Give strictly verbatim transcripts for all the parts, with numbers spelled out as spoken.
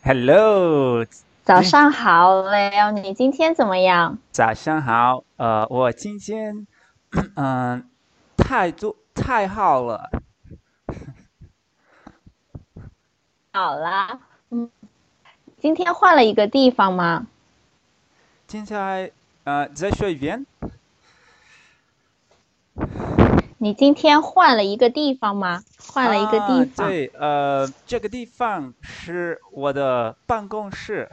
Hello，今早上好，Leo，你今天怎么样？ 早上好。呃，我今天嗯太多太好了。 好啦，嗯，今天换了一个地方吗？ 现在呃在学一遍。 你今天换了一个地方吗？换了一个啊， 地方。 对，呃，这个地方是我的办公室。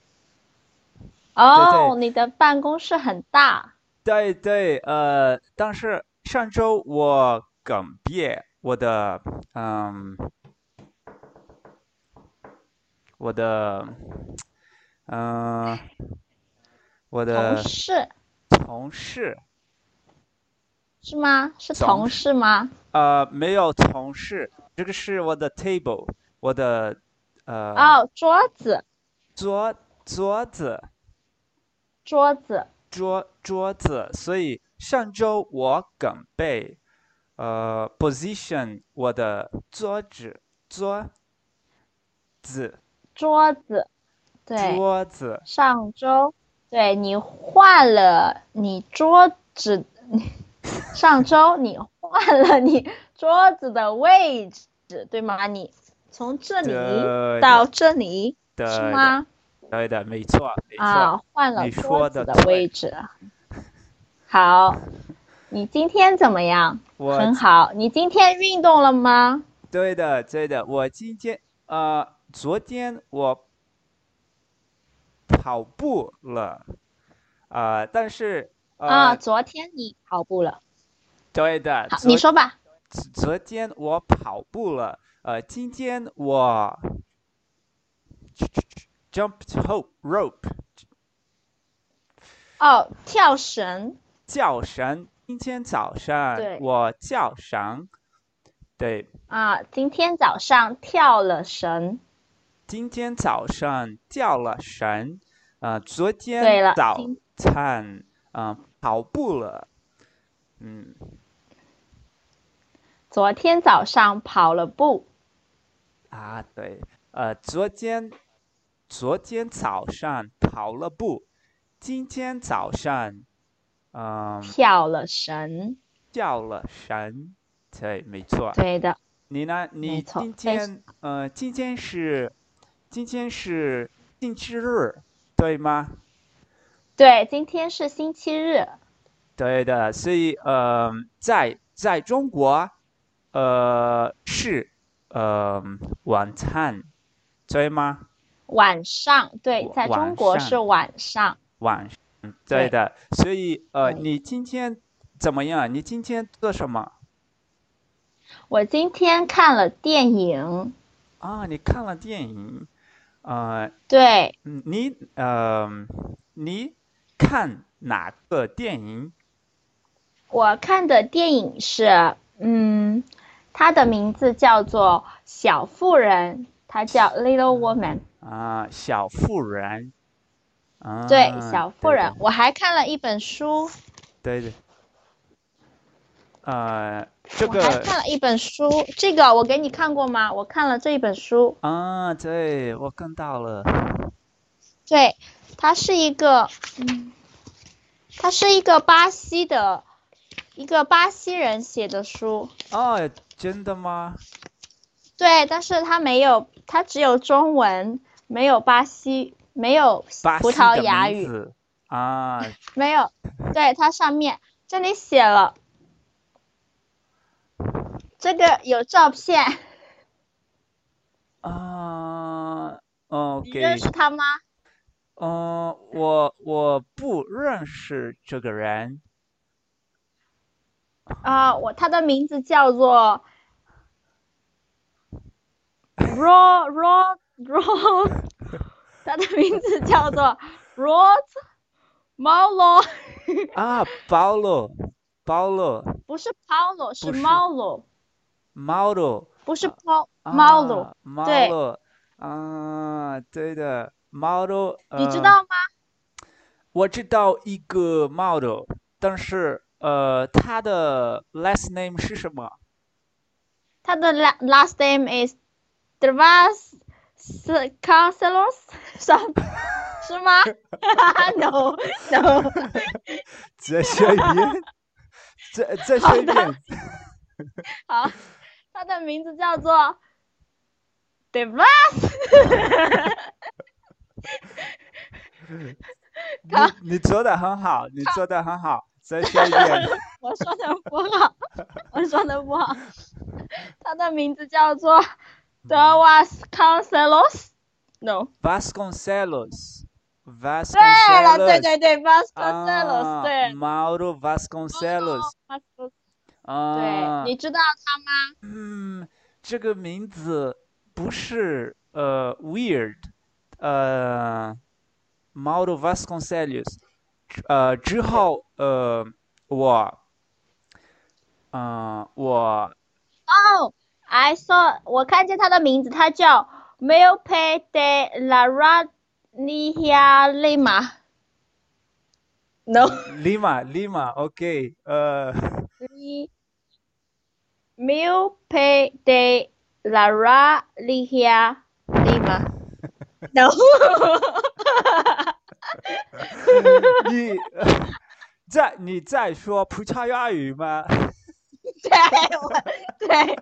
对对哦，你的办公室很大。 对对，呃，但是上周我刚毕业，我的嗯我的嗯、呃我同的事同事。 是吗？是总同事吗？ 呃，没有同事，这个是我的 table，我的呃哦，桌子， 桌桌子桌子， 桌桌子。所以上周我准备呃 position 我的桌子桌子桌子。对， 桌子。 上周，对你换了你桌子，上周你换了你桌子的位置，对吗？你从这里对的到这里是对的吗？ 对的，没错没错， 啊，换了你说桌子的的对。 位置。好，你今天怎么样？ 我很好。你今天运动了吗？ 对的对的，我今天呃昨天我跑步了。呃，但是啊， 呃， 昨天你跑步了。 对的， 好，你昨说吧。 昨天我跑步了。呃，今天我 jump hope rope 哦，跳绳。 跳绳。今天早上对。 我跳绳。对， 啊，今天早上跳了绳。 今天早上跳了绳。呃，昨天对了， 早今餐呃跑步了。嗯昨天早上跑了步。 啊，对。呃，昨天昨天早上跑了步。今天早上嗯跳了绳。 跳了绳。对，没错。 对的， 你呢？你没错， 今非天呃，今天是今天是星期日，对吗？ 对，今天是星期日。 对的。所以呃，在在中国呃是呃晚餐，对吗？ 晚上，对， 晚在中国是晚上晚上。 晚上，对对的。所以呃， 对， 你今天怎么样？你今天做什么？ 我今天看了电影。 啊？你看了电影？呃， 对， 嗯你呃，你看哪个电影？ 我看的电影是，嗯，它的名字叫做《小妇人》，它叫《Little Woman》。 啊，小妇人。 对， 啊，对的， 小妇人。我还看了一本书。 对的。呃，这我还个看了一本书，这个我给你看过吗？我看了这一本书。 啊，对，我看到了。 对，它是一个，嗯，它是一个巴西的一个巴西人写的书。 哦，真的吗？ 对，但是它没有，它只有中文，没有巴西，没有葡萄巴西的牙语， 名字啊。 没有。对，它上面这里写了，这个有照片。 啊你认 ，OK。 识他吗？ 嗯、我我不认识这个人。 啊，我他的名字叫做 Ro Ro Ro，他的名字叫做 Rod Malo。 啊，保罗，保罗， 不是 Paulo，是不是 Malo， model。 不是啊 Paul Malo。 啊对， ，model。啊，对的，model。呃， 你知道吗？ 我知道一个 model，但是呃，他的 last name 是什么？ 他的 la last name is Dras 是 counselors 上是吗？No No， 再说一遍，再再说一遍。 好，他的名字叫做 DeVos。 你你做的很好，你做的很好，再说一遍。 我说的不好，我说的不好。他的名字叫做 DeVos Counselors。No。 Vasconcelos。 对了，对 Vasconcelos。 对对，Vasconcelos，、 啊对。 Mauro Vasconcelos。 对， 啊， 你知道他吗？ 嗯，这个名字不是呃 weird，呃 Mauro Vasconcelos，呃之后呃我，嗯、我哦，I saw，我看见他的名字，他叫 Miope de la Rania Lima。No。 Lima Lima OK 呃 Miope de la Rania Lima。No。 你在你在说葡萄牙语吗对，我对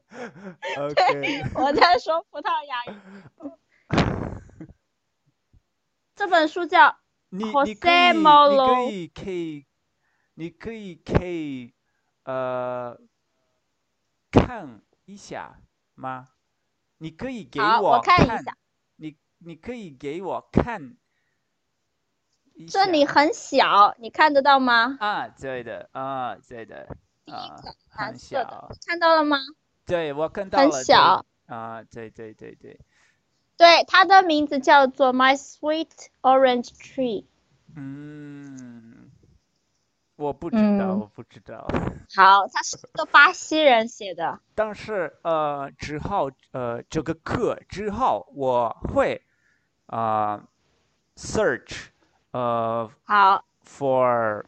？OK， 我在说葡萄牙语。这本书叫你你可 Jose 以你可 Molo。 以可以你可以可以呃看一下吗？你可以给好，我我看， 看一下， 你你可以给我看一这里下很小，你看得到吗？ 啊？对的啊，对的第一啊， 个蓝很色的， 小。 看到了吗？ 对，我看到很了，对小。 啊，对对对对， 对，它的名字叫做 My Sweet Orange Tree。 嗯，我不知道， 嗯， 我不知道。 好，他是个巴西人写的。 但是呃，之后呃这个课之后我会啊、呃 search 呃好 for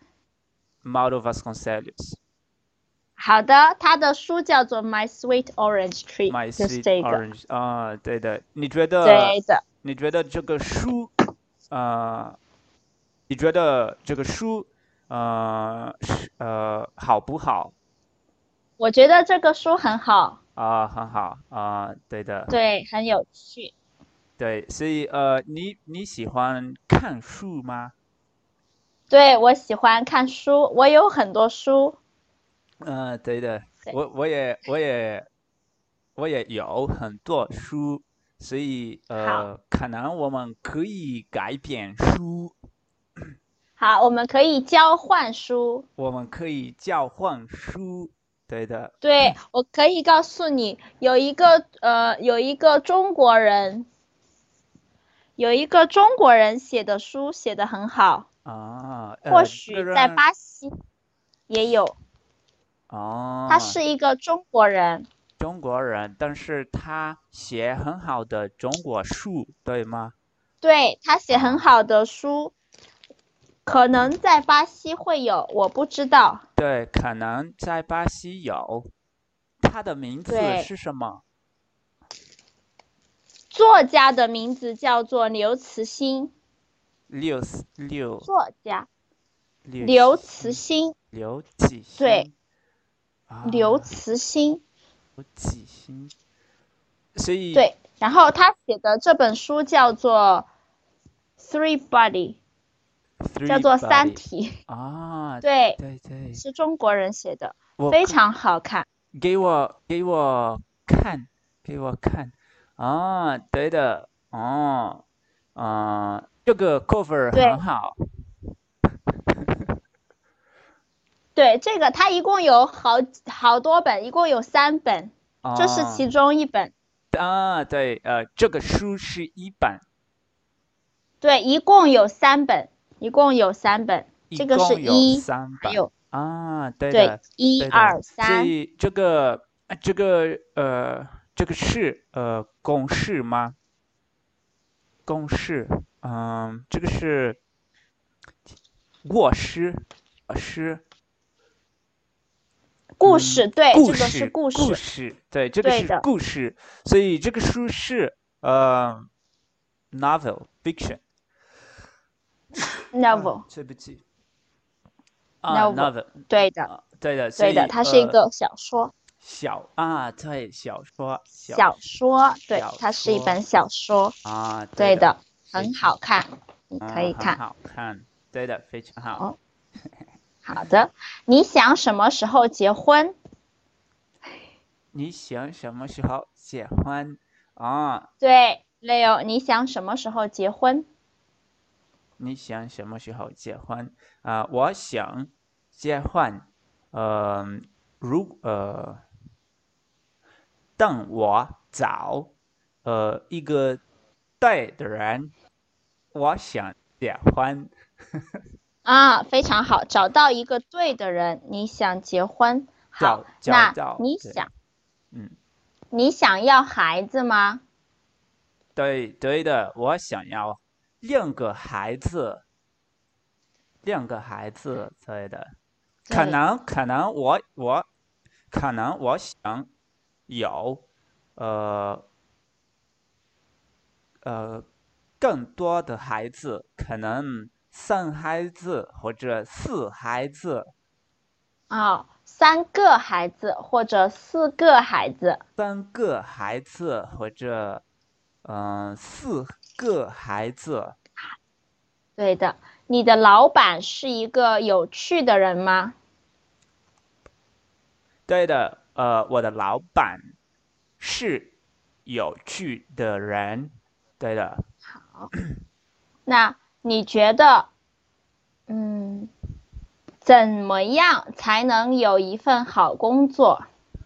Mauro Vasconcelos。 好的，他的书叫做 My Sweet Orange Tree， My 就是 Sweet 这个。 Orange 啊、对的，你觉得对的， 你觉得这个书呃，你觉得这个书呃是呃好不好我觉得这个书很好， 啊、很好啊、对的， 对，很有趣。 对，所以呃，你你喜欢看书吗？ 对，我喜欢看书，我有很多书。 嗯、对的， 对， 我我也我也我也有很多书，所以好， 呃，可能我们可以改变书， 好，我们可以交换书。 我们可以交换书，对的。 对，我可以告诉你，有一个呃，有一个中国人，有一个中国人写的书写得很好， 啊， 或呃，这个许在人巴西也有。他哦， 是一个中国人。 中国人，但是他写很好的中国书，对吗？ 对，他写很啊， 好的书，可能在巴西会有，我不知道。 对，可能在巴西有。他的名字对， 是什么？ 作家的名字叫做刘慈欣。 六六作家六刘七慈欣， 刘启对， 欣刘啊， 慈欣， 刘启欣，所以对。然后他写的这本书叫做《Three Body》，叫 Three 做《三 Body 体》。 啊， 对， 对对， 是中国人写的， 我看非常好看。 给我给我看给我看啊，对的哦，啊，这个 cover 对很好对，这个它一共有好好多本，一共有三本，这是啊其中一本。 啊，对，呃，这个书是一本， 对，一共有三本，一共有三本， 一这个是共有一， 三本还有啊，对对的一对的， 二所三。 以这个呃这个呃这个是呃公式吗？公式，嗯，这个是卧室，呃诗， 故嗯， 事，对， 故这个是事故故事， 事，对，这个是对的， 故事，所以这个书是呃，novel fiction。啊， novel 对不起。啊 novel， ，novel。 对的， 啊，对的，所对的， 以呃， 它是一个小说， 小啊，对，小说，小小说，对， 小它是一说。 本小说， 啊，对的， 对的，很非常， 好看，你可嗯， 以看。 很好看，对的，非常好。 好，好的，你想什么时候结婚？ 你想什么时候结婚？啊， 对，Leo，你想什么时候结婚？ 你想什么时候结婚？啊，我想结婚。呃，如呃，等我找呃一个对的人，我想结婚。 啊，非常好，找到一个对的人，你想结婚。好， 找找那到，对。 你想， 嗯， 你想要孩子吗？ 对对的，我想要两个孩子，两个孩子，对的。可对， 能可能我我可能我想有呃呃更多的孩子，可能三孩子或者四孩子。 啊，三个孩子或者四个孩子。 三个孩子或者嗯、呃四个孩子。 对的，你的老板是一个有趣的人吗？ 对的，呃，我的老板是有趣的人。对的。 好，那你觉得，嗯，怎么样才能有一份好工作？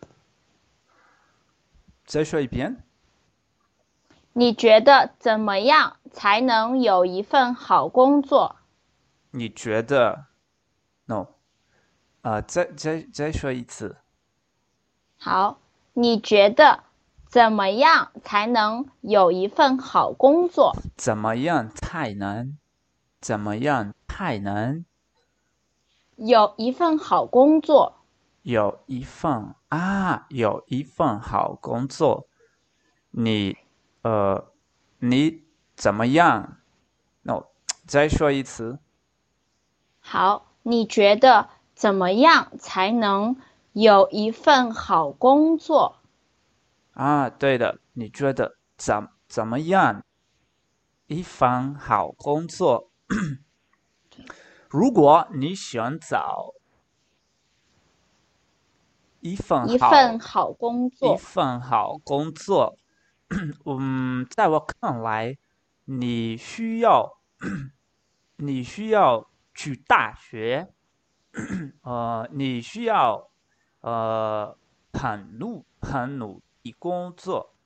再说一遍。 你觉得怎么样才能有一份好工作？ 你觉得？No。呃，再再再说一次。 好，你觉得怎么样才能有一份好工作？ 怎么样才能？怎么样才能有一份好工作。 有一份啊，有一份好工作？你呃，你怎么样？No，再说一次。 好，你觉得怎么样才能有一份好工作？ 啊，对的，你觉得怎怎么样一份好工作？如果你想找一份一好份好工一作。 份好工作，嗯，在我看来，你需要你需要去大学。呃，你需要呃很努很努力工作。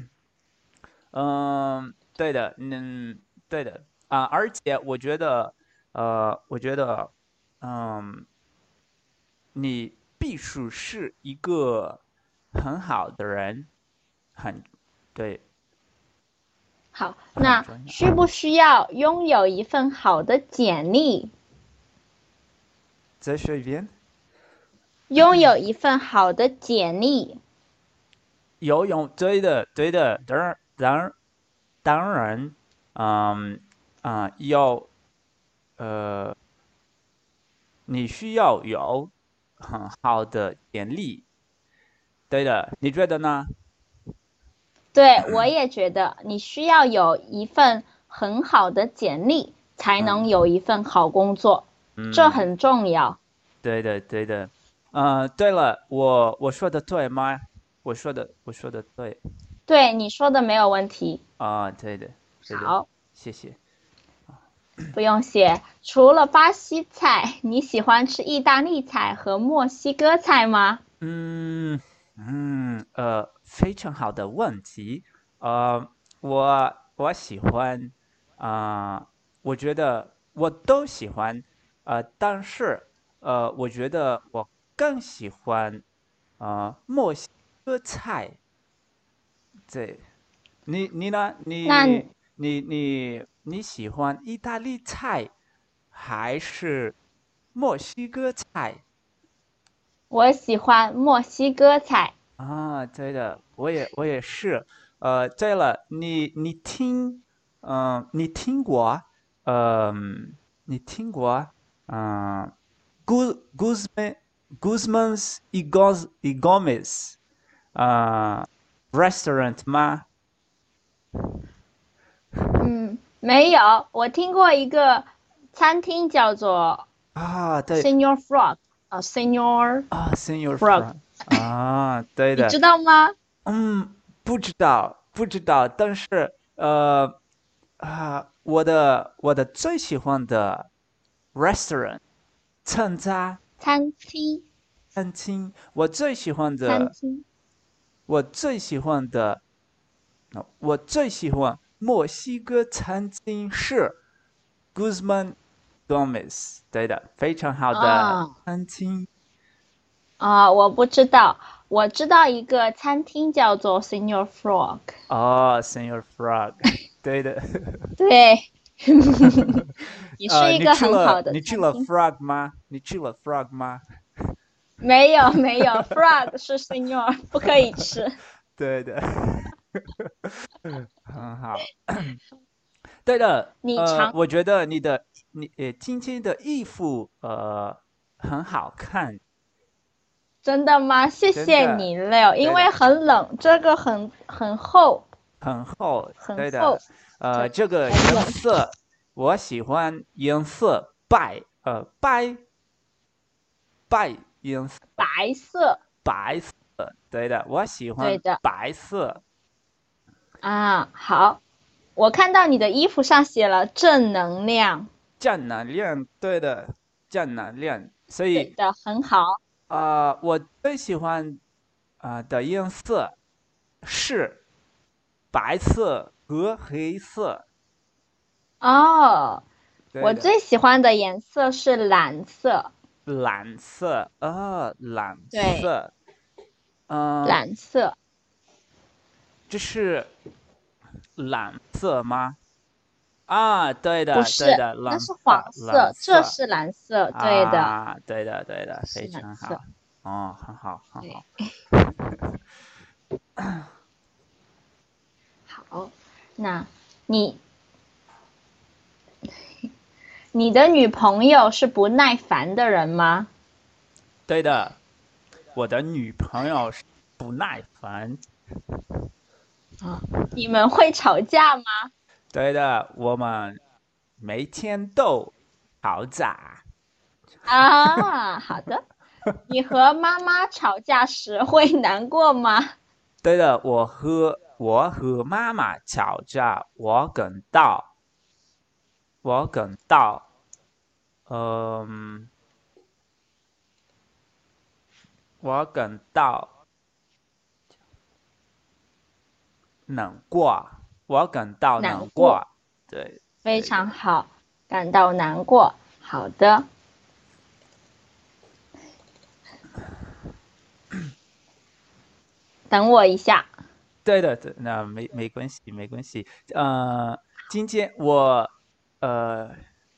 嗯，对的。嗯，对的。啊，而且我觉得，呃，我觉得，嗯，你必须是一个很好的人。很对， 好，那很重要。 需不需要拥有一份好的简历？ 再说一遍。 拥有一份好的简历。 游泳，对的，对的，当然，当然，当然。嗯啊，要呃，你需要有很好的简历。对的，你觉得呢？ 对，我也觉得你需要有一份很好的简历，才能嗯有一份好工作，这嗯， 很重要。 对的，对的。呃，对了，我我说的对吗？我说的我说的对。 对，你说的没有问题。 啊，对的，对的， 好， 谢谢。 不用谢。除了巴西菜，你喜欢吃意大利菜和墨西哥菜吗？ 嗯嗯，呃，非常好的问题。呃，我我喜欢。啊、我觉得我都喜欢。呃，但是呃，我觉得我更喜欢呃墨西哥菜。对。你你呢？ 那你你你你喜欢意大利菜还是墨西哥菜？ 我喜欢墨西哥菜。 啊，对的，我也我也是。 呃，对了，你你听，嗯、你听过，嗯、你听过，嗯、Gu Guzman Guzman's y Goz y Gomez 啊、restaurant 吗？ 嗯，没有，我听过一个餐厅叫做啊，对 Senior Frog，啊，Senior 啊，Senior Frog， Frog 啊，对你知的， 道吗？ 嗯，不知道，不知道，但是呃啊，我的我的最喜欢的 restaurant 餐家餐厅， 餐厅，我最喜欢的， 餐厅。 我最喜欢的，呃我最喜欢墨西哥餐厅是 Guzman Gomez，对的，非常好的啊餐厅。 啊，我不知道，我知道一个餐厅叫做 Senior Frog。 哦，Senior Frog，对的。 对，也是呃， 一你去个很好的了你去了餐厅。 Frog 吗？你去了 Frog 吗？ 没有没有，Frog 是 Senior，不可以吃。 对的，很好。对的，呃， 你尝我觉得你的你呃今天的衣服呃很好看， 真的吗？谢谢真的， 你，Leo，因为对的， 很冷，这个很很厚， 很厚， 很厚， 对的，呃， 对， 这个颜很冷。 色我喜欢颜色白，呃白白颜色， 白色， 白色，对的，我喜欢对的白色， 啊。好，我看到你的衣服上写了正能量， 正能量，对的，正能量，所以对的，很好。 啊、呃我最喜欢啊、呃的颜色是白色和黑色， 哦，我对的， 最喜欢的颜色是蓝色， 蓝色，啊，蓝对， 色，嗯、 蓝色这是蓝色吗？啊，对的， 不是， 对的， 那是蓝色， 黄色，这蓝色， 是蓝色，对的， 啊，对的，对的，非是蓝色， 常好，哦，很好，很对， 好， 好，那你你的女朋友是不耐烦的人吗？ 对的，我的女朋友是不耐烦， 啊，你们会吵架吗？ 对的，我们每天都吵架。 啊，好的。你和妈妈吵架时会难过吗？ 对的，我和我和妈妈吵架，我感到我感到，嗯，我感到难过，我感到难过。 难过， 对非对的， 常好，感到难过。好的，等我一下。 对的，对，那没没关系，没关系。呃，今天我呃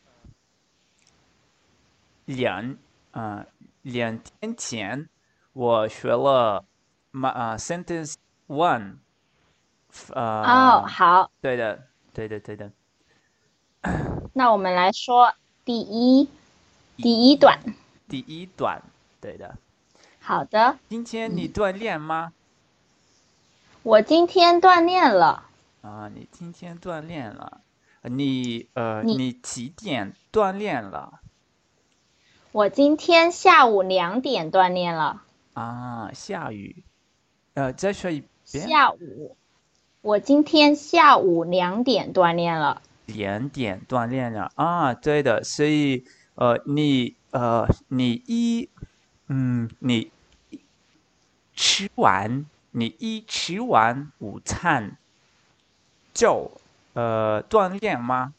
两呃两天前我学了嘛啊、sentence one， 哦， 呃， 好， 对的，对的，对的。 那我们来说第一第第一段。 一第一段，对的。 好的， 今天你嗯， 锻炼吗？ 我今天锻炼了。 啊，你今天锻炼了。你呃， 你， 你几点锻炼了？ 我今天下午两点锻炼了。 啊，下雨。呃，再说一遍。 下午，我今天下午两点锻炼了。 两点锻炼了啊，对的。所以呃，你呃，你一嗯，你吃完你一吃完午餐就呃锻炼吗？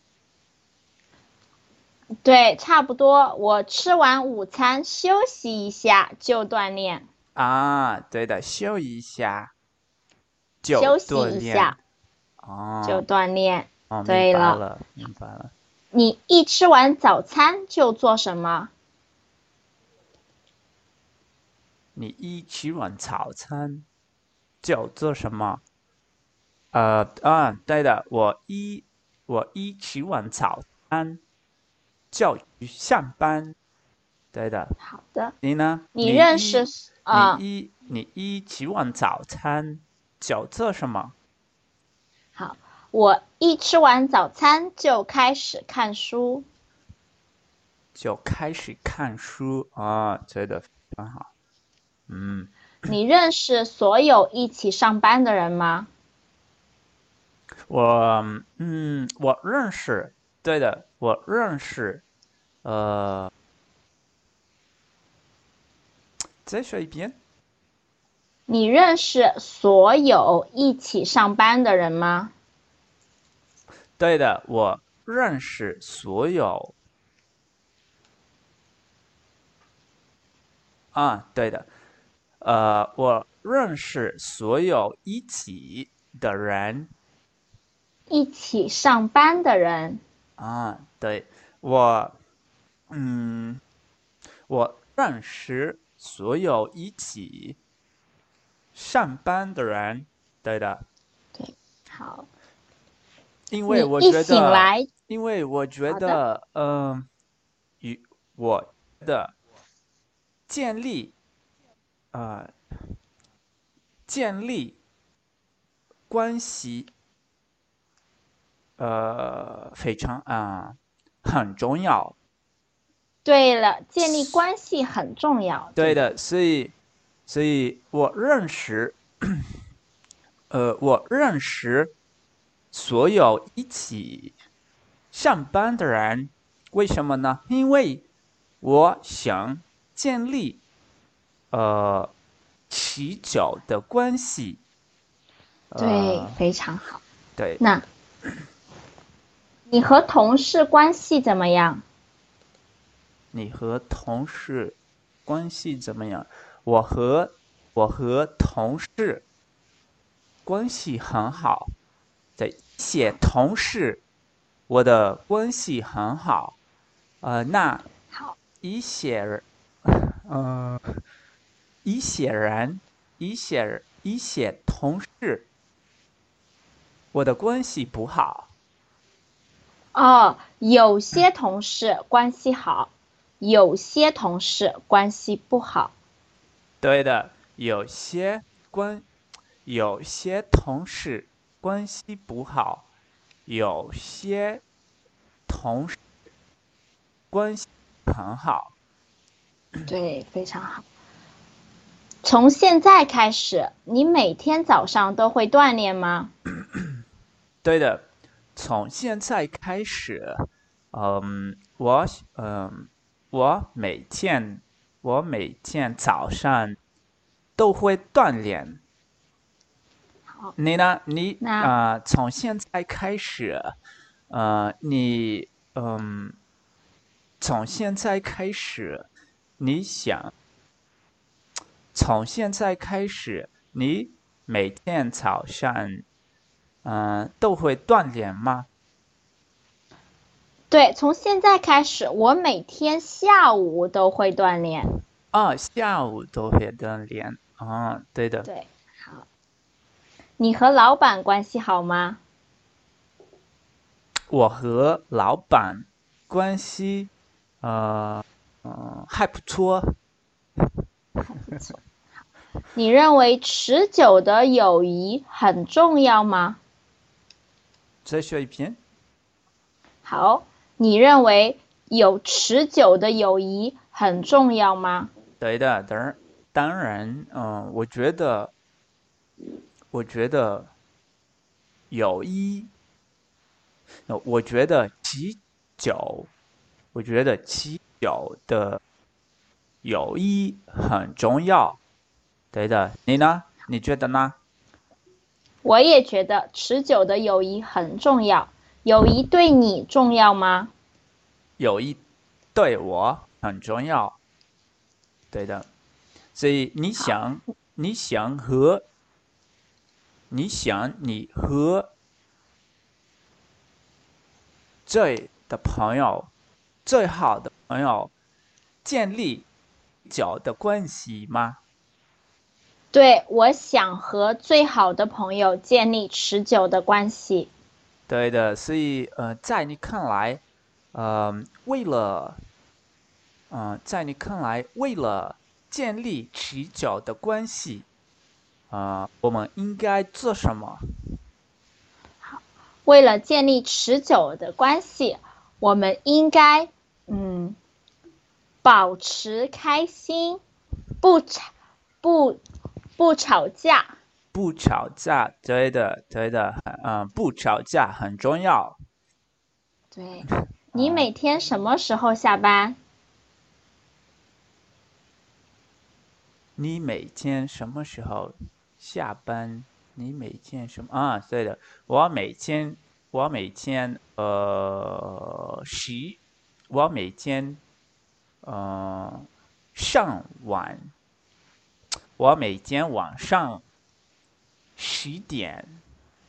对，差不多。我吃完午餐休息一下就锻炼， 啊，对的，休一下就休息锻炼。 一下就哦锻炼。 哦，明对了， 白了，明白了。 你一吃完早餐就做什么？ 你一吃完早餐就做什么？ 呃啊，对的，我一我一吃完早餐就去上班。对的， 好的， 你呢？ 你你认识一你啊、 一你一吃完早餐就做什么？ 好，我一吃完早餐就开始看书。 就开始看书啊，对的，非常好。嗯， 你认识所有一起上班的人吗？ 我嗯，我认识，对的，我认识。呃，再说一遍。 你认识所有一起上班的人吗？ 对的，我认识所有啊，对的，呃，我认识所有一起的人一起上班的人。 啊，对，我嗯，我认识所有一起上班的人，对的， 对，好， 因为我你一觉得， 醒来， 因为我觉好的， 得，嗯、与我的建立，呃，建立关系，呃，非常啊、很重要。 对了，建立关系很重要，对的。 对的，所以，所以我认识，呃，我认识所有一起上班的人，为什么呢？因为我想建立呃持久的关系。 对， 呃， 非常好。 对， 那你和同事关系怎么样？ 你和同事关系怎么样？我和我和同事关系很好，的一些同事，我的关系很好。呃，那好， 一些人，呃，一些人，一些一些同事，我的关系不好。 哦，有些同事关系好，有些同事关系不好。 对的，有些关，有些同事关系不好，有些同事关系很好。 对，非常好。从现在开始，你每天早上都会锻炼吗？ 对的，从现在开始，嗯，我嗯，我每天我每天早上都会锻炼。 好， 你呢？你那啊、呃从现在开始，呃，你嗯，从现在开始，你想从现在开始，你每天早上嗯、呃都会锻炼吗？ 对，从现在开始，我每天下午都会锻炼。 啊，下午都会锻炼啊，对的， 对，好。你和老板关系好吗？ 我和老板关系呃嗯还不错。 还不错。你认为持久的友谊很重要吗？ 再说一遍。 好，你认为有持久的友谊很重要吗？ 对的，当然当然，嗯，我觉得我觉得友谊，呃我觉得持久，我觉得持久的友谊很重要。对的，你呢？你觉得呢？ 我也觉得持久的友谊很重要。友谊对你重要吗？ 友谊对我很重要。对的，所以你好， 想，你想和你想你和最的朋友，最好的朋友建立久的关系吗？ 对，我想和最好的朋友建立持久的关系。 对的，所以呃，在你看来，呃，为了呃，在你看来，为了建立持久的关系，啊、我们应该做什么？ 为了建立持久的关系，我们应该嗯保持开心，不吵不不吵架。 不吵架，对的，对的，嗯、不吵架很重要对，你啊、 每天什么时候下班？ 你每天什么时候下班？你每天什么啊？对的，我每天，我每天，呃，十，我每天，呃，上晚，我每天晚上十点，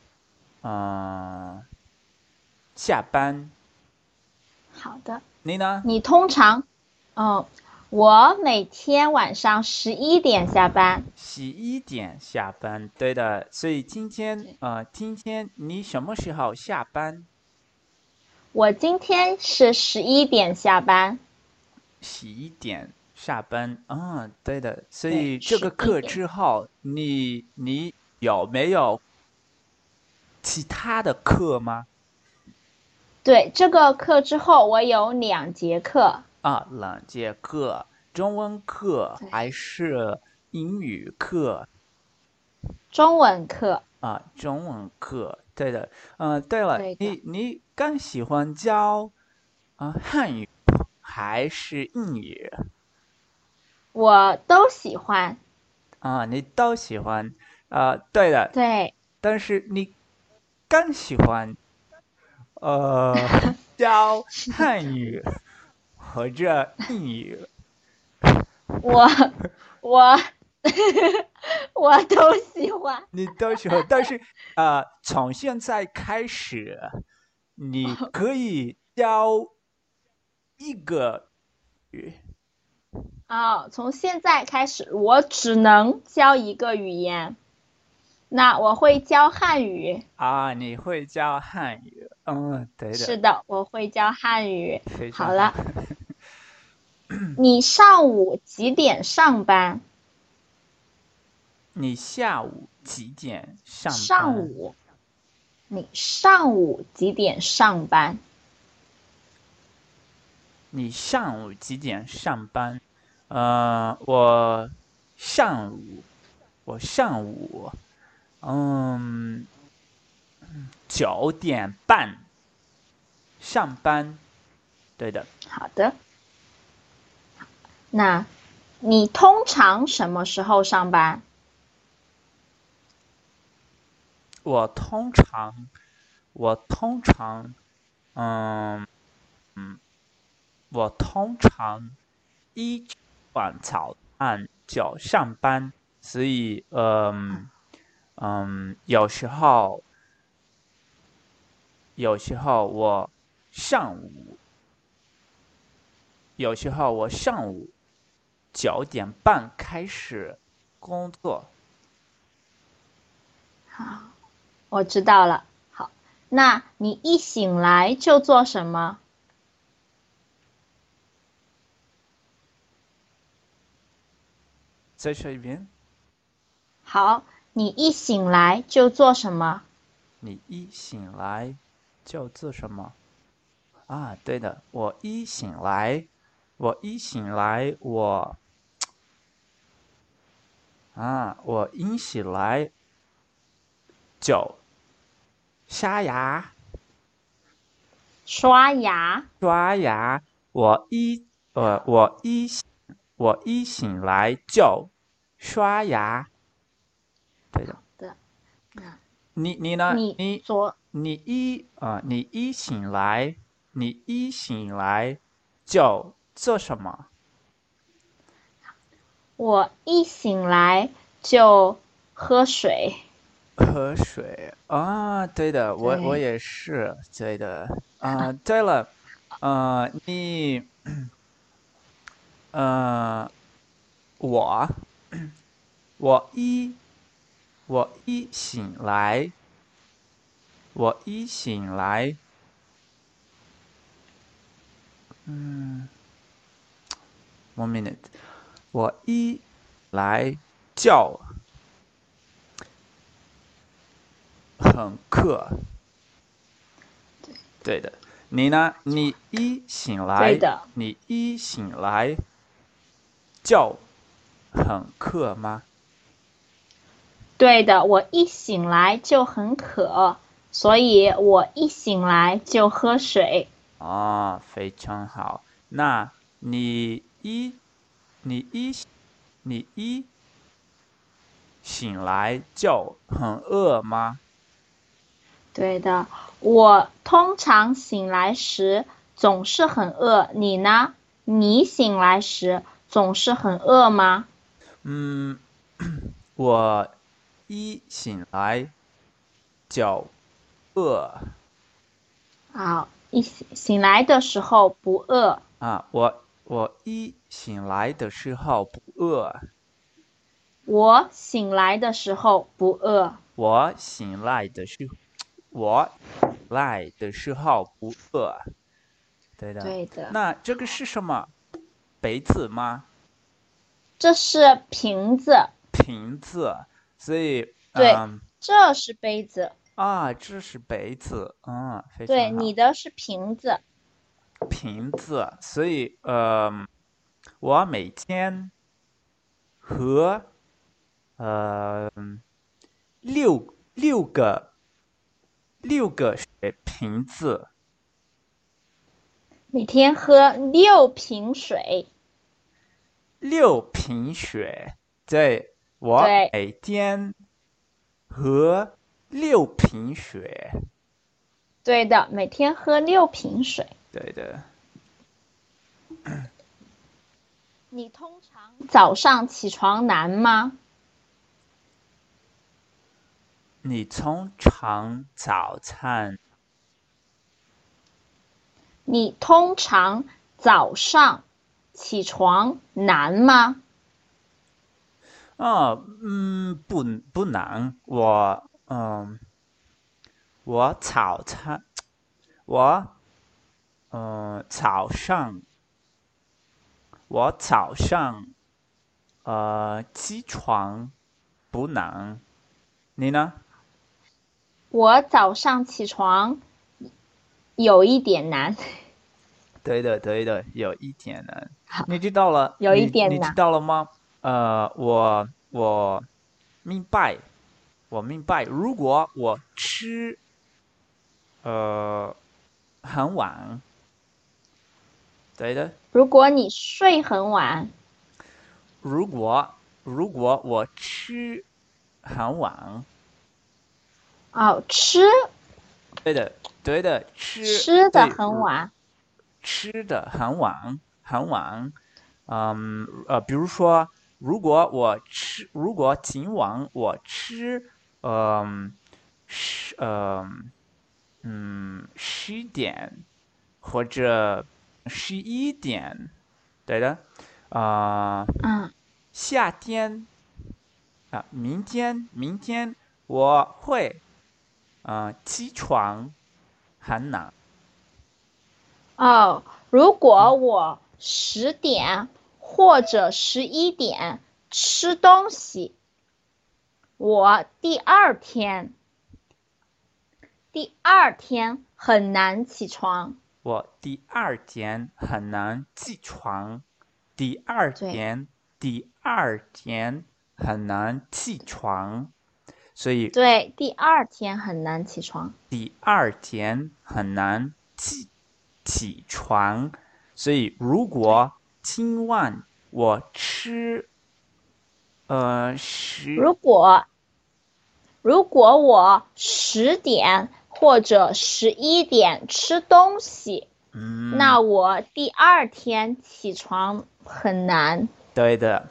嗯、下班。 好的， 你呢？ 你通常，嗯，我每天晚上十一点下班。 十一点下班，对的。所以今天， 对， 呃，今天你什么时候下班？ 我今天是十一点下班。 十一点下班，啊，对的。所对， 以这个课十一点。 之后，你你有没有其他的课吗？ 对，这个课之后我有两节课。 啊，两节课，中文课对， 还是英语课？ 中文课。 啊，中文课，对的。嗯、对了， 对的， 你你更喜欢教啊汉语还是英语？ 我都喜欢。 啊，你都喜欢。啊，对的， 对， 但是你更喜欢呃教汉语或者英语， 我我我都喜欢。 你都喜欢。但是呃，从现在开始，你可以教一个语哦，从现在开始，我只能教一个语言。那我会教汉语。 啊，你会教汉语？嗯，对的， 是的，我会教汉语。 非常好。 好了，你上午几点上班？ 你下午几点上班？ 上午，你上午几点上班？ 你上午几点上班？呃，我上午，我上午，嗯，九点半上班。对的， 好的，那你通常什么时候上班？ 我通常，我通常，嗯嗯，我通常一吃完早饭就上班，所以，嗯嗯，有时候，有时候我上午，有时候我上午九点半开始工作。 好，我知道了。好，那你一醒来就做什么？ 再说一遍， 好，你一醒来就做什么？ 你一醒来就做什么？啊，对的，我一醒来，我一醒来，我啊，我一醒来就刷牙， 刷牙。 刷牙。我一呃， 好我一我一醒来就刷牙。对的， 好的，那你你呢？ 你你昨你一啊、呃你一醒来，你一醒来就做什么？ 我一醒来就喝水。 喝水啊，对的，我我对， 也是，对的啊。对了，呃，你呃，我我一我一醒来，我一醒来，嗯，one minute，我一来叫很渴，对的。你呢？你一醒来， 对的， 你一醒来叫很渴吗？ 对的。我一醒来就很渴，所以我一醒来就喝水。 哦，非常好。那你一你一你一醒来就很饿吗？ 对的，我通常醒来时总是很饿，你呢？你醒来时总是很饿吗？ 嗯，我一醒来就饿好，一醒醒来的时候不饿。 啊，我我一醒来的时候不饿， 我醒来的时候不饿。 我醒来的时我来的时候不饿。对的， 对的， 那这个是什么？杯子吗？ 这是瓶子。 瓶子，所以对， 嗯这是杯子。 啊，这是杯子，嗯，非对， 常好， 你的是瓶子。 瓶子，所以呃，我每天喝呃六六个六个水瓶子， 每天喝六瓶水。 六瓶水，对，我对， 每天喝六瓶水， 对的，每天喝六瓶水。 对的。 你通常早上起床难吗？ 你通常早餐你通常早上起床难吗？ 啊，嗯，不不难，我嗯，我早餐我嗯早上我早上呃起床不难，你呢？ 我早上起床有一点难。 对的，对的，有一点难。你知道了， 有一你你知点难。 道了吗？呃，我我明白，我明白。如果我吃呃很晚，对的。 如果你睡很晚。 如果如果我吃很晚， 哦，吃对的对的，吃吃的对，如很晚。 吃的很晚很晚，嗯呃，比如说，如果我吃，如果今晚我吃，嗯、十嗯嗯十点或者十一点，对的，啊、 嗯。 夏天啊，明天明天我会啊、呃起床很难， 哦，如果嗯我十点或者十一点吃东西，我第二天第二天很难起床。 我第二天很难起床，第二对天第二天很难起床，所以对，第二天很难起床。 第二天很难起起床，所以如对， 果今晚我吃呃十如果如果我十点或者十一点吃东西， 嗯那我第二天起床很难。 对的，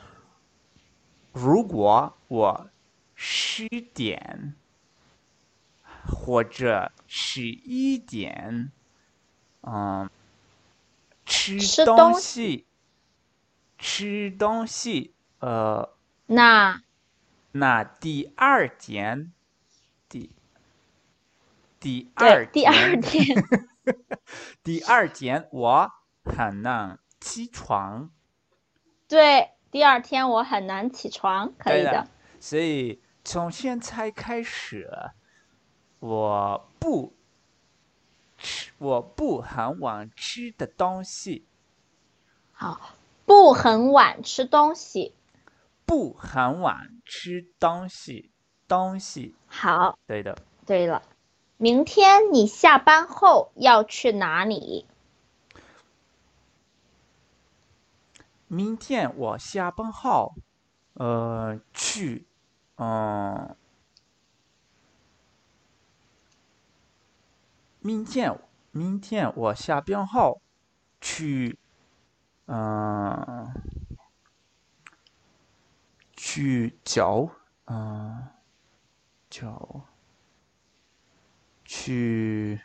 如果我十点或者十一点，嗯，吃吃东东西。 西，吃东西，呃那那第二天，第第二对，第二天， 天， 第二天我很难起床。 对，第二天我很难起床，可对的， 以的。 所以从现在开始，我不吃，我不很晚吃的东西， 好，不很晚吃东西。 不很晚吃东西，东西。 好， 对的， 对了，明天你下班后要去哪里？ 明天我下班后，呃，去，嗯、明天明天我下班后去，嗯、去找，嗯、找去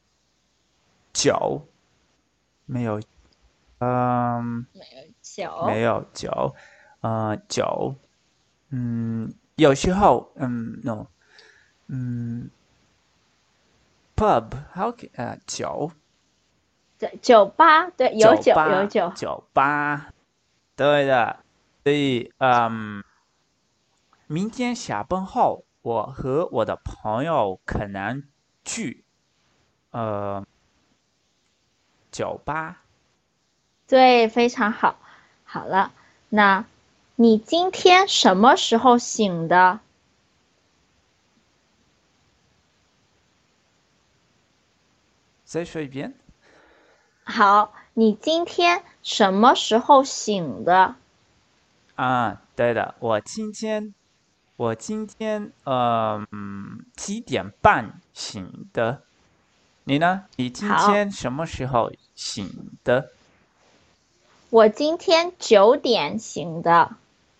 找，没有，嗯、没九。 有找，呃，找，嗯，有时候，嗯，no，嗯，pub，好，呃，酒， 对，酒吧，对，有酒有酒吧， 酒。 酒吧，对的，所以，嗯，明天下班后，我和我的朋友可能去，呃，酒吧。 对，非常好。好了，那你今天什么时候醒的？ 再说一遍。 好，你今天什么时候醒的？ 啊，对的，我今天，我今天，呃，嗯，七点半醒的。你呢？你今好， 天什么时候醒的？ 我今天九点醒的。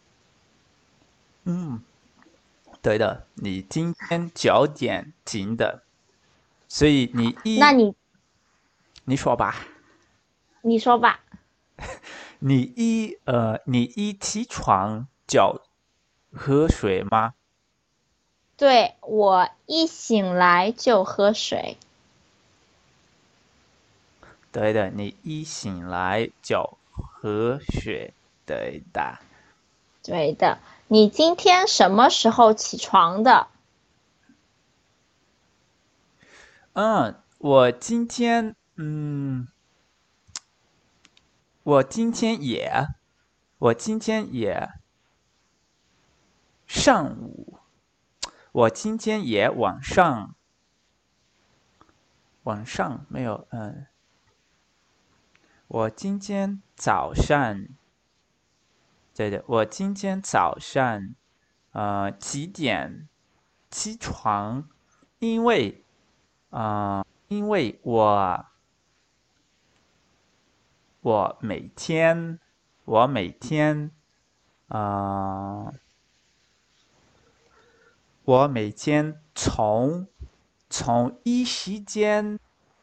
嗯，对的，你今天九点醒的，所以你一， 那你你说吧， 你说吧。 你一，呃，你一起床就喝水吗？ 对，我一醒来就喝水。 对的，你一醒来就喝水，对的。 对的，你今天什么时候起床的？ 嗯，我今天，嗯，我今天也，我今天也上午，我今天也晚上，晚上没有，嗯，我今天早上，对的，我今天早上，呃，几点起床？因为，呃，因为我我每天，我每天，呃，我每天从从一时间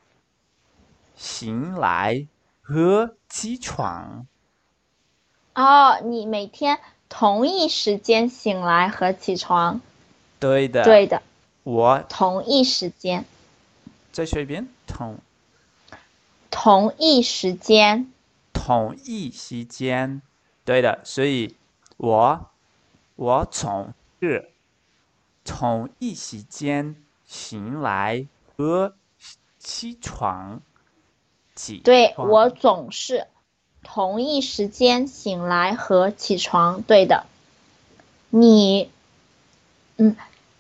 醒来和起床。 哦，你每天同一时间醒来和起床。 对的， 对的， 我同一时间， 再说一遍，同同一时间。 同一时间。对的，所以我我总是同一时间醒来和起床，起对， 床。 我总是同一时间醒来和起床。对的，你，嗯，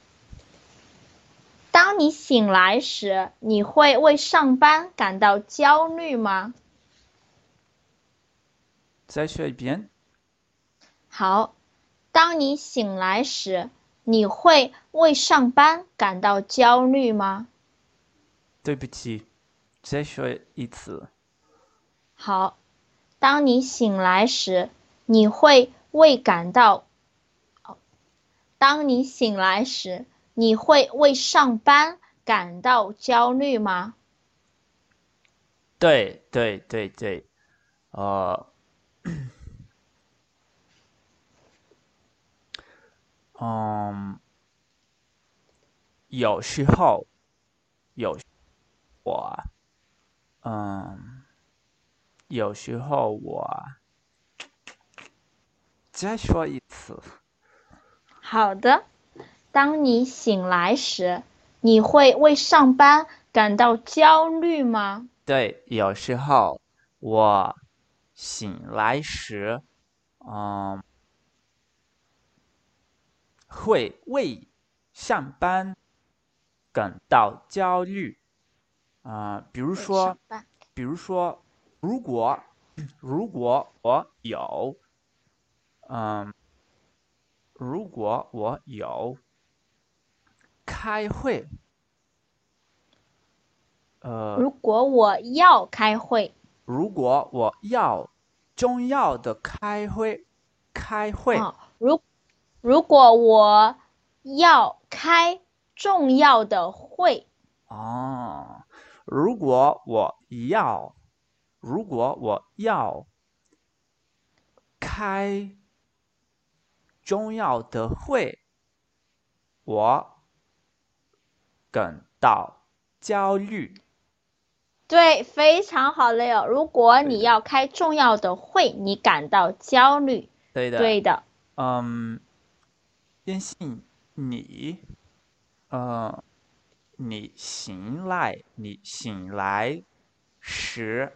当你醒来时，你会为上班感到焦虑吗？ 再说一遍。 好，当你醒来时，你会为上班感到焦虑吗？ 对不起，再说一次。 好，当你醒来时，你会为感到，当你醒来时，你会为上班感到焦虑吗？ 对对对对，呃， 嗯，有时候有我，嗯，有时候我再说一次。 好的。当你醒来时，你会为上班感到焦虑吗？ 对，有时候我醒来时，嗯，会为上班感到焦虑。啊、比如为上说， 班。 比如说，如果如果我有，嗯，如果我有开会，呃， 如果我要开会， 如果我要重要的开会，开会， 啊，如如果我要开重要的会， 哦，如果我要，如果我要开重要的会，我感到焦虑。 对，非常好了哟。如果对的， 你要开重要的会，你感到焦虑， 对的， 对的。 嗯，相信你，呃，你醒来，你醒来时，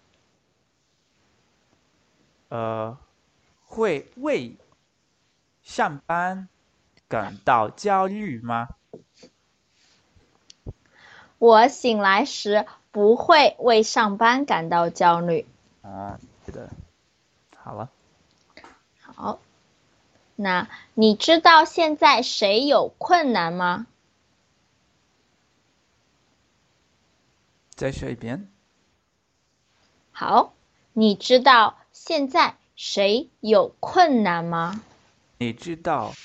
呃，会为上班感到焦虑吗？ 我醒来时不会为上班感到焦虑。 哦，对的，好了， 好，那你知道现在谁有困难吗？ 再说一遍。 好，你知道现在谁有困难吗？ 你知道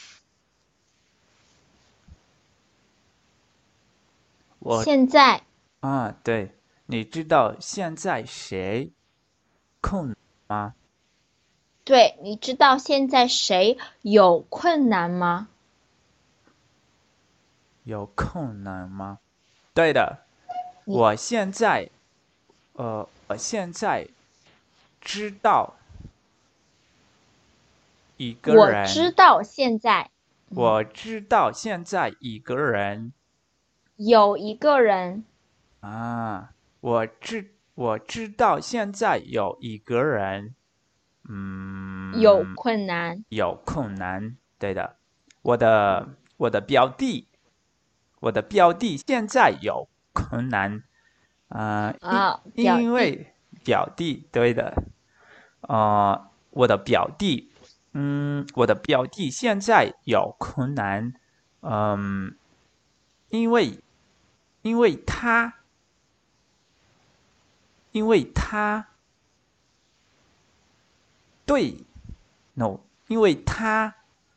我现在， 啊？对，你知道现在谁空吗？ 对，你知道现在谁有困难吗？ 有困难吗？对的， 你， 我现在，呃，我现在知道一个我知人， 道现在，嗯， 我知道现在一个人有一个人啊，我知我知道现在有一个人， 有嗯， 困难有困难。对的，我的我的表弟，我的表弟现在有困难，啊、因啊，表弟， 因为表弟，对的，呃，我的表弟，嗯，我的表弟现在有困难，嗯，因为因为他因为他对，no，因为他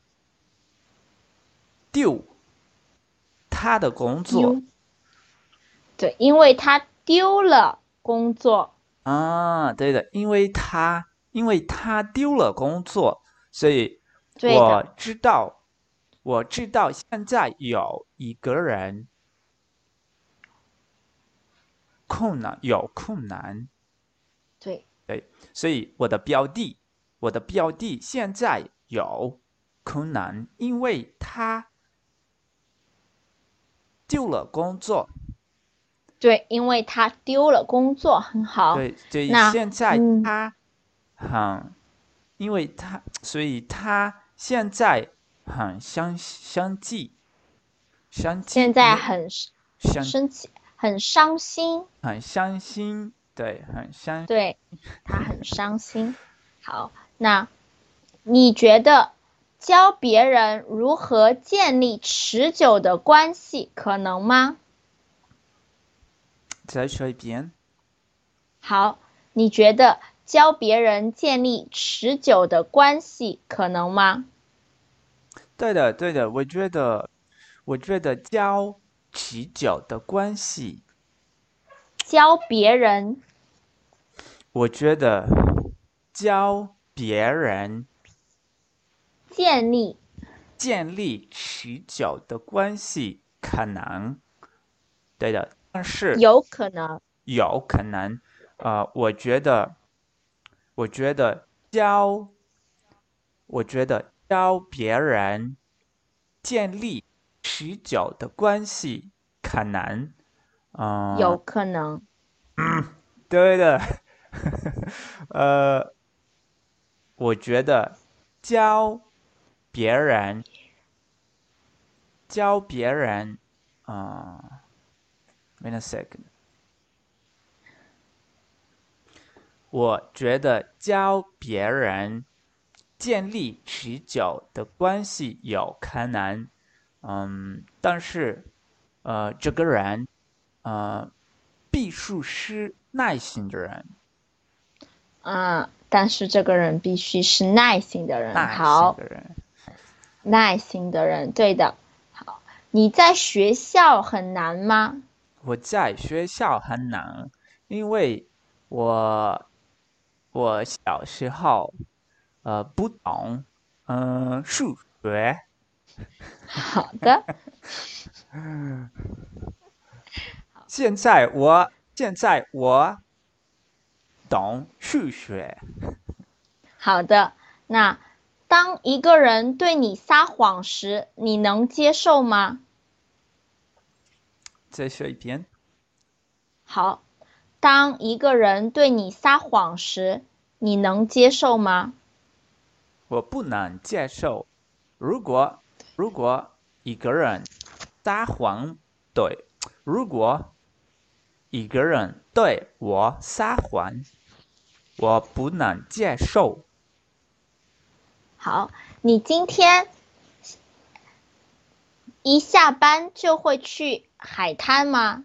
丢他的工作丢，对，因为他丢了工作， 啊，对的，因为他因为他丢了工作，所以对的， 我知道我知道现在有一个人困难有困难， 对， 对，所以我的表弟，我的表弟现在有困难，因为他丢了工作。 对，因为他丢了工作，很好。 对，所以那， 现在嗯， 他很，因为他，所以他现在很相相继，相现继没在很相生气，很伤心， 很伤心，对，很伤。 对，他很伤心。好，那你觉得教别人如何建立持久的关系可能吗？ 再说一遍。 好，你觉得教别人建立持久的关系可能吗？ 对的，对的，我觉得，我觉得交持久的关系， 教别人我觉得教别人建立建立持久的关系可能，对的，但是有可能。 有可能，呃，我觉得，我觉得教，我觉得教别人建立持久的关系可能，嗯、 有可能。 对的，呃，我觉得教别人教别人，啊、w a i t a second，我觉得教别人建立持久的关系有可能，嗯，但是，呃，这个人，呃，必须是耐心的人， 嗯，但是这个人必须是耐心的人。 耐心好， 的人。 耐心的人，对的。好，你在学校很难吗？ 我在学校很难，因为我我小时候呃不懂嗯、呃数学， 好的。 现在我现在我懂数学。 好的。那当一个人对你撒谎时，你能接受吗？ 再说一遍， 好，当一个人对你撒谎时，你能接受吗？ 我不能接受。如果如果一个人撒谎，对，如果一个人对我撒谎，我不能接受。 好，你今天一下班就会去海滩吗？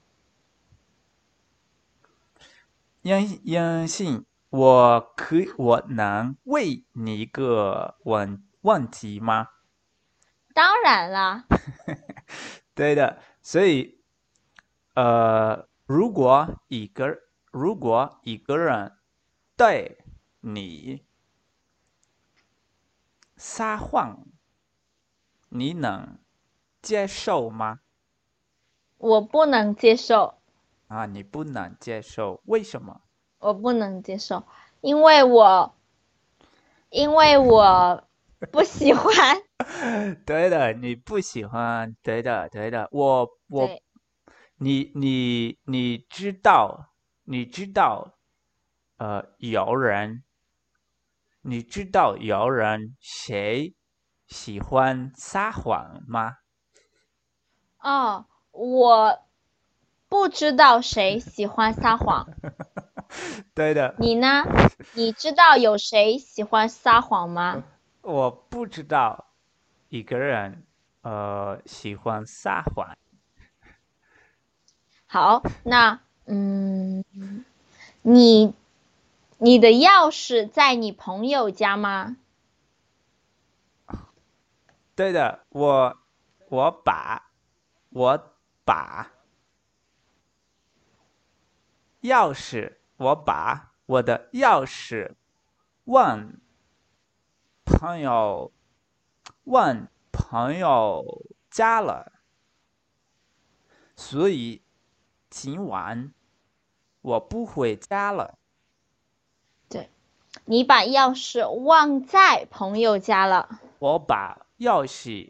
杨杨信，我可以，我能问你一个问问题吗？ 当然啦。 对的，所以呃，如果一个如果一个人对你撒谎，你能接受吗？ 我不能接受。 啊，你不能接受，为什么？ 我不能接受，因为我因为我不喜欢。 对的，你不喜欢，对的，对的，我我， 对。 你你你知道，你知道，呃，有人，你知道有人谁喜欢撒谎吗？ 哦，我不知道谁喜欢撒谎。 对的， 你呢？你知道有谁喜欢撒谎吗？ 我不知道一个人呃喜欢撒谎。 好，那嗯，你你的钥匙在你朋友家吗？ 对的，我我把我把钥匙，我把我的钥匙问朋友问朋友家了，所以今晚我不回家了。 对，你把钥匙忘在朋友家了， 我把钥匙，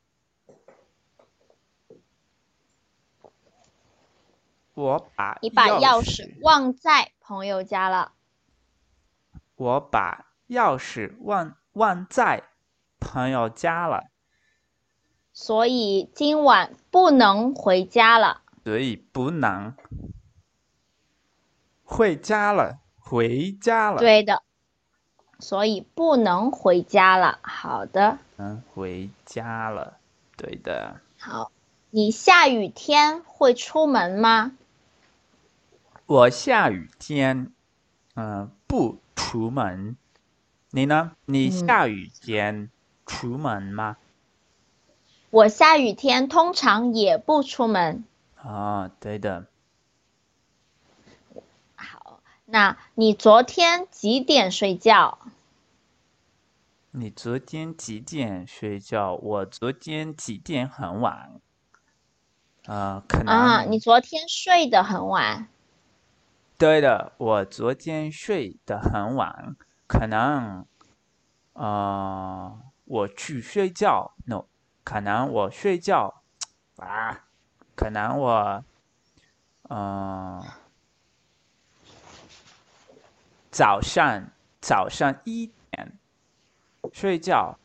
我把你把钥钥匙匙， 忘在朋友家了， 我把钥匙忘忘在朋友家了， 所以今晚不能回家了。 所以不能回家了，回家了， 对的，所以不能回家了。好的。 嗯，回家了，对的。 好，你下雨天会出门吗？ 我下雨天，嗯、不出门。你呢？你嗯， 下雨天出门吗？ 我下雨天通常也不出门。 啊、对的。 好，那你昨天几点睡觉？ 你昨天几点睡觉？我昨天几点很晚。呃，可啊，你能昨天睡得很晚。 对的，我昨天睡得很晚，可能呃，我去睡觉，no，可能我睡觉啊，可能我呃早上早上一点睡觉，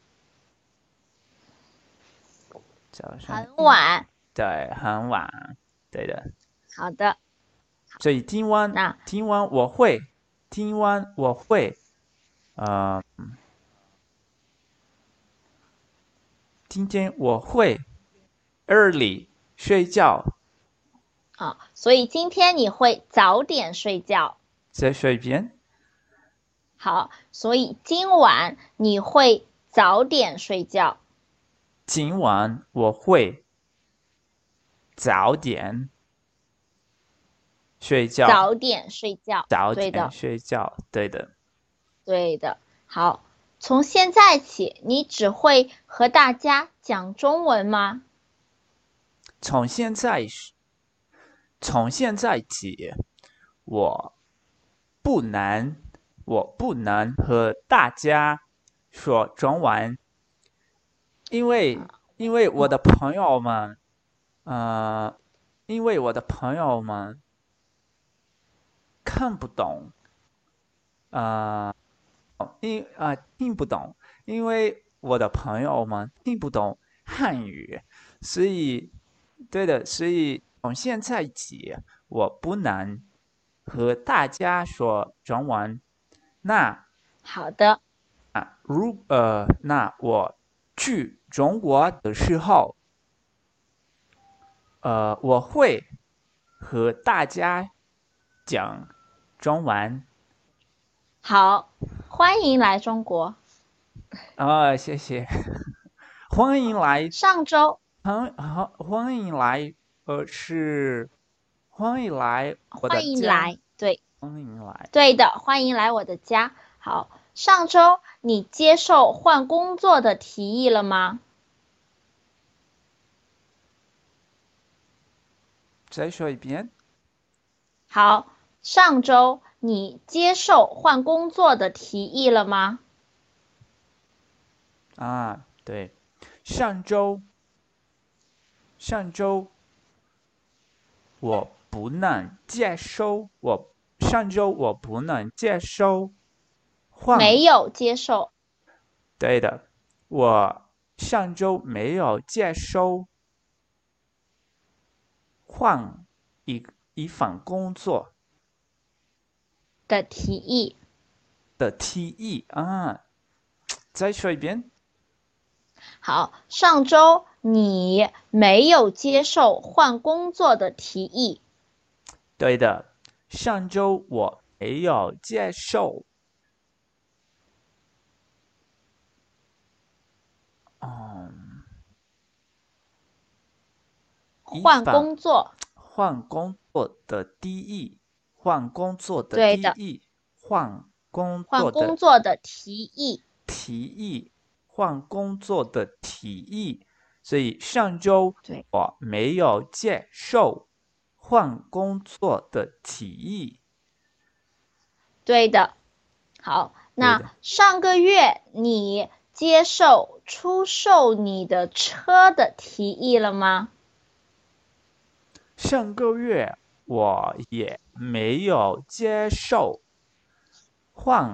早上一很晚。 对很晚，对的。 好的， 所以听完那听完我会，听完我会，呃，今天我会 early 睡觉， 啊，所以今天你会早点睡觉。 再说一遍。 好，所以今晚你会早点睡觉。 今晚我会早点睡觉， 早点睡觉。 早点对的， 睡觉，对的。 对的。好，从现在起，你只会和大家讲中文吗？ 从现在从现在起，我不能，我不能和大家说中文，因为因为我的朋友们，呃，因为我的朋友们看不懂，呃，因啊、呃、听不懂，因为我的朋友们听不懂汉语，所以对的，所以从现在起，我不能和大家说中文。那好的。 啊，如呃，那我去中国的时候，呃，我会和大家讲中文。 好，欢迎来中国。 啊、谢谢，欢迎来， 上周欢欢欢迎来，呃，是欢迎来我的欢迎家， 来，对， 欢迎来。 对的，欢迎来我的家。好，上周你接受换工作的提议了吗？ 再说一遍。 好，上周你接受换工作的提议了吗？ 啊，对，上周上周我不能接受，我上周我不能接受换， 没有接受。 对的，我上周没有接受换一一份工作的提议。 的提议啊。再说一遍。 好，上周你没有接受换工作的提议。 对的，上周我没有接受，嗯，一换份工作。 换工作的提议，换工作的对的， 提议，换工换作的工作的提议。 提议，换工作的提议。所以上周对， 我没有接受换工作的提议。 对的。好， 对的， 那上个月你接受出售你的车的提议了吗？ 上个月我也没有接受换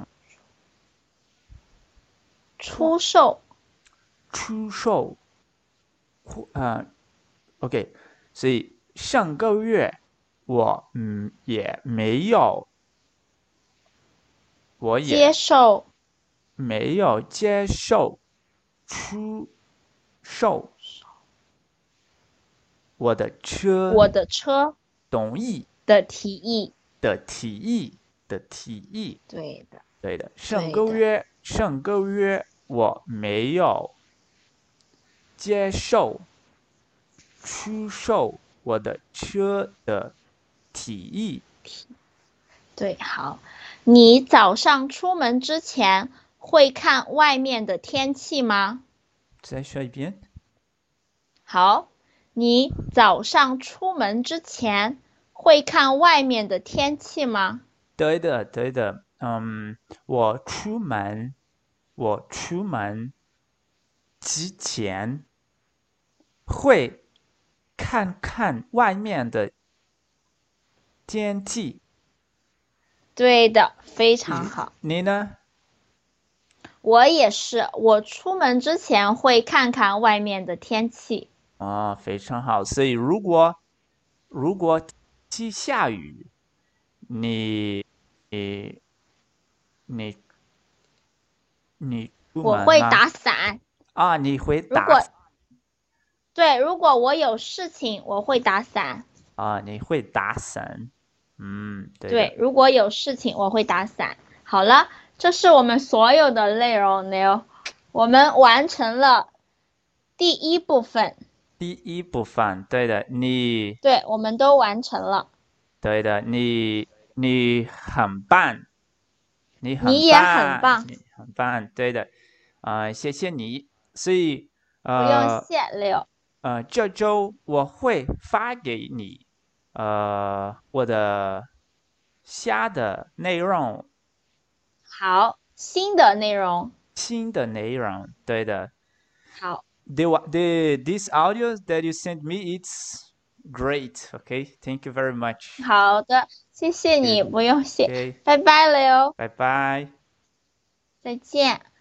换出售。 出售，呃，OK，所以上个月我嗯也没有，我接也受。 没有接受出售我的车我的车同意的提议。 的提议的提议。 对的， 对的，上对的。 个月上个月我没有接受出售我的车的提议。 对，好。你早上出门之前会看外面的天气吗？ 再说一遍。 好，你早上出门之前会看外面的天气吗？ 对的，对的。嗯，我出门，我出门之前会看看外面的天气。 对的，非常好。 你呢？ 我也是，我出门之前会看看外面的天气。 啊，非常好。所以如果如果天气下雨，你你你你出我门吗？ 会打伞。 啊，你会如果打伞对，如果我有事情，我会打伞。 啊？你会打伞？嗯，对的。 对，如果有事情，我会打伞。好了，这是我们所有的内容呢，我们完成了第一部分。 第一部分，对的，你对，我们都完成了。 对的，你你很棒，你很你也很棒， 棒， 你很棒，对的。啊、谢谢你。所以不用呃谢，Leo。 呃，这周我会发给你呃我的下的内容， 好，新的内容。 新的内容，对的。 好， The wa- the this audio that you sent me, it's great. Okay, thank you very much. 好的，谢谢你， Okay, 不用谢， okay. 拜拜，Leo， 拜拜。 再见。